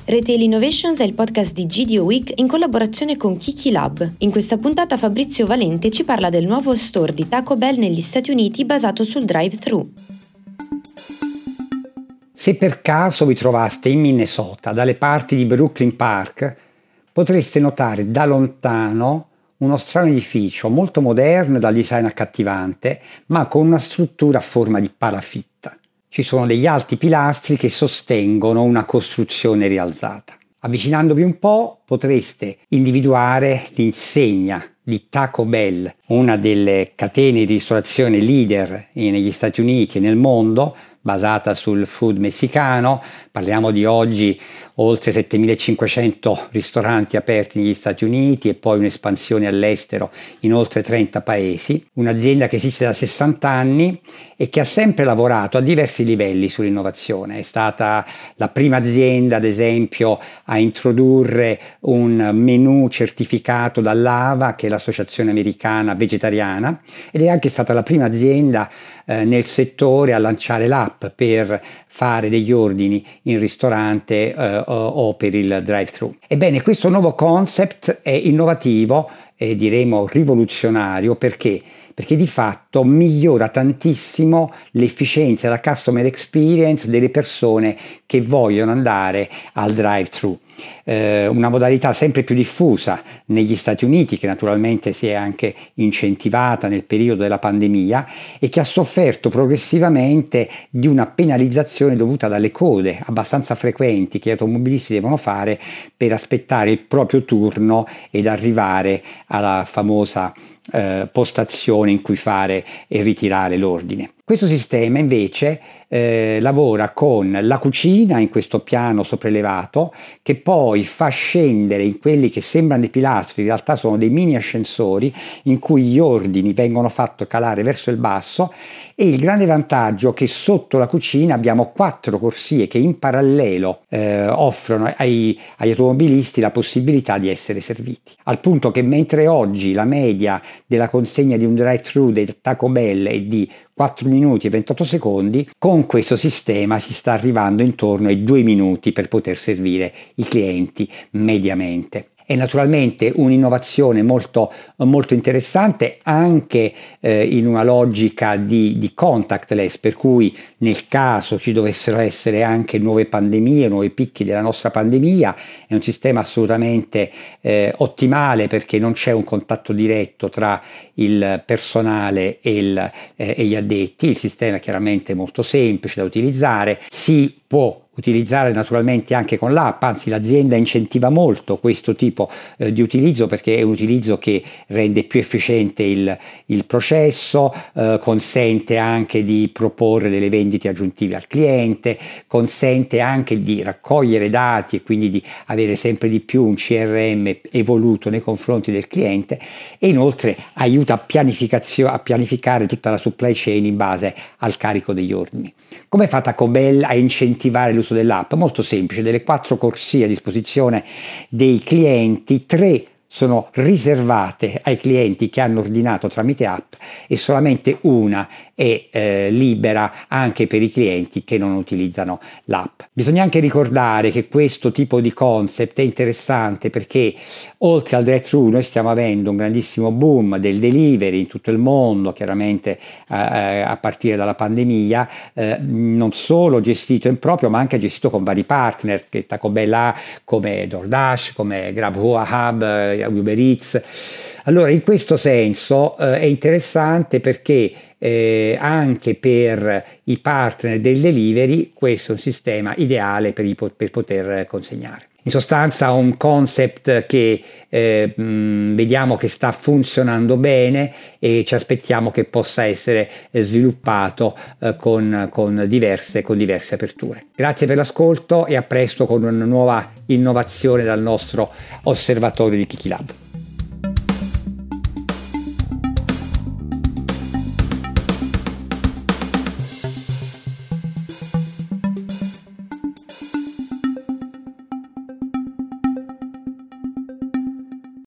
Retail Innovations è il podcast di GDO Week in collaborazione con Kiki Lab. In questa puntata Fabrizio Valente ci parla del nuovo store di Taco Bell negli Stati Uniti basato sul drive-thru. Se per caso vi trovaste in Minnesota, dalle parti di Brooklyn Park, potreste notare da lontano uno strano edificio molto moderno dal design accattivante, ma con una struttura a forma di palafitta. Ci sono degli alti pilastri che sostengono una costruzione rialzata. Avvicinandovi un po' potreste individuare l'insegna di Taco Bell, una delle catene di ristorazione leader negli Stati Uniti e nel mondo, basata sul food messicano. Parliamo di oggi oltre 7.500 ristoranti aperti negli Stati Uniti e poi un'espansione all'estero in oltre 30 paesi. Un'azienda che esiste da 60 anni e che ha sempre lavorato a diversi livelli sull'innovazione. È stata la prima azienda, ad esempio, a introdurre un menù certificato dall'AVA, che è l'Associazione Americana Vegetariana, ed è anche stata la prima azienda nel settore a lanciare l'app per fare degli ordini in ristorante o per il drive-thru. Ebbene, questo nuovo concept è innovativo e diremo rivoluzionario perché di fatto migliora tantissimo l'efficienza e la customer experience delle persone che vogliono andare al drive-thru. Una modalità sempre più diffusa negli Stati Uniti, che naturalmente si è anche incentivata nel periodo della pandemia e che ha sofferto progressivamente di una penalizzazione dovuta dalle code abbastanza frequenti che gli automobilisti devono fare per aspettare il proprio turno ed arrivare alla famosa postazione in cui fare e ritirare l'ordine. Questo sistema invece lavora con la cucina in questo piano sopraelevato, che poi fa scendere in quelli che sembrano dei pilastri, in realtà sono dei mini ascensori in cui gli ordini vengono fatti calare verso il basso, e il grande vantaggio è che sotto la cucina abbiamo 4 corsie che in parallelo offrono ai automobilisti la possibilità di essere serviti. Al punto che mentre oggi la media della consegna di un drive-thru del Taco Bell è di 4 minuti e 28 secondi, con questo sistema si sta arrivando intorno ai 2 minuti per poter servire i clienti mediamente. È naturalmente un'innovazione molto, molto interessante anche in una logica di contactless, per cui nel caso ci dovessero essere anche nuove pandemie, nuovi picchi della nostra pandemia, è un sistema assolutamente ottimale perché non c'è un contatto diretto tra il personale e gli addetti. Il sistema è chiaramente molto semplice da utilizzare, si può utilizzare naturalmente anche con l'app, anzi l'azienda incentiva molto questo tipo di utilizzo perché è un utilizzo che rende più efficiente il processo, consente anche di proporre delle vendite aggiuntive al cliente, consente anche di raccogliere dati e quindi di avere sempre di più un CRM evoluto nei confronti del cliente, e inoltre aiuta a pianificare tutta la supply chain in base al carico degli ordini. Come fa Taco Bell a incentivare l'uso dell'app? Molto semplice: delle 4 corsie a disposizione dei clienti, 3 sono riservate ai clienti che hanno ordinato tramite app e solamente una è libera anche per i clienti che non utilizzano l'app. Bisogna anche ricordare che questo tipo di concept è interessante perché oltre al drive-thru noi stiamo avendo un grandissimo boom del delivery in tutto il mondo, chiaramente a partire dalla pandemia, non solo gestito in proprio ma anche gestito con vari partner che Taco Bell ha, come DoorDash, come Grubhub, Uber Eats. Allora, in questo senso è interessante perché anche per i partner del delivery questo è un sistema ideale per poter consegnare. In sostanza un concept che vediamo che sta funzionando bene e ci aspettiamo che possa essere sviluppato con diverse aperture. Grazie per l'ascolto e a presto con una nuova innovazione dal nostro osservatorio di Kiki Lab.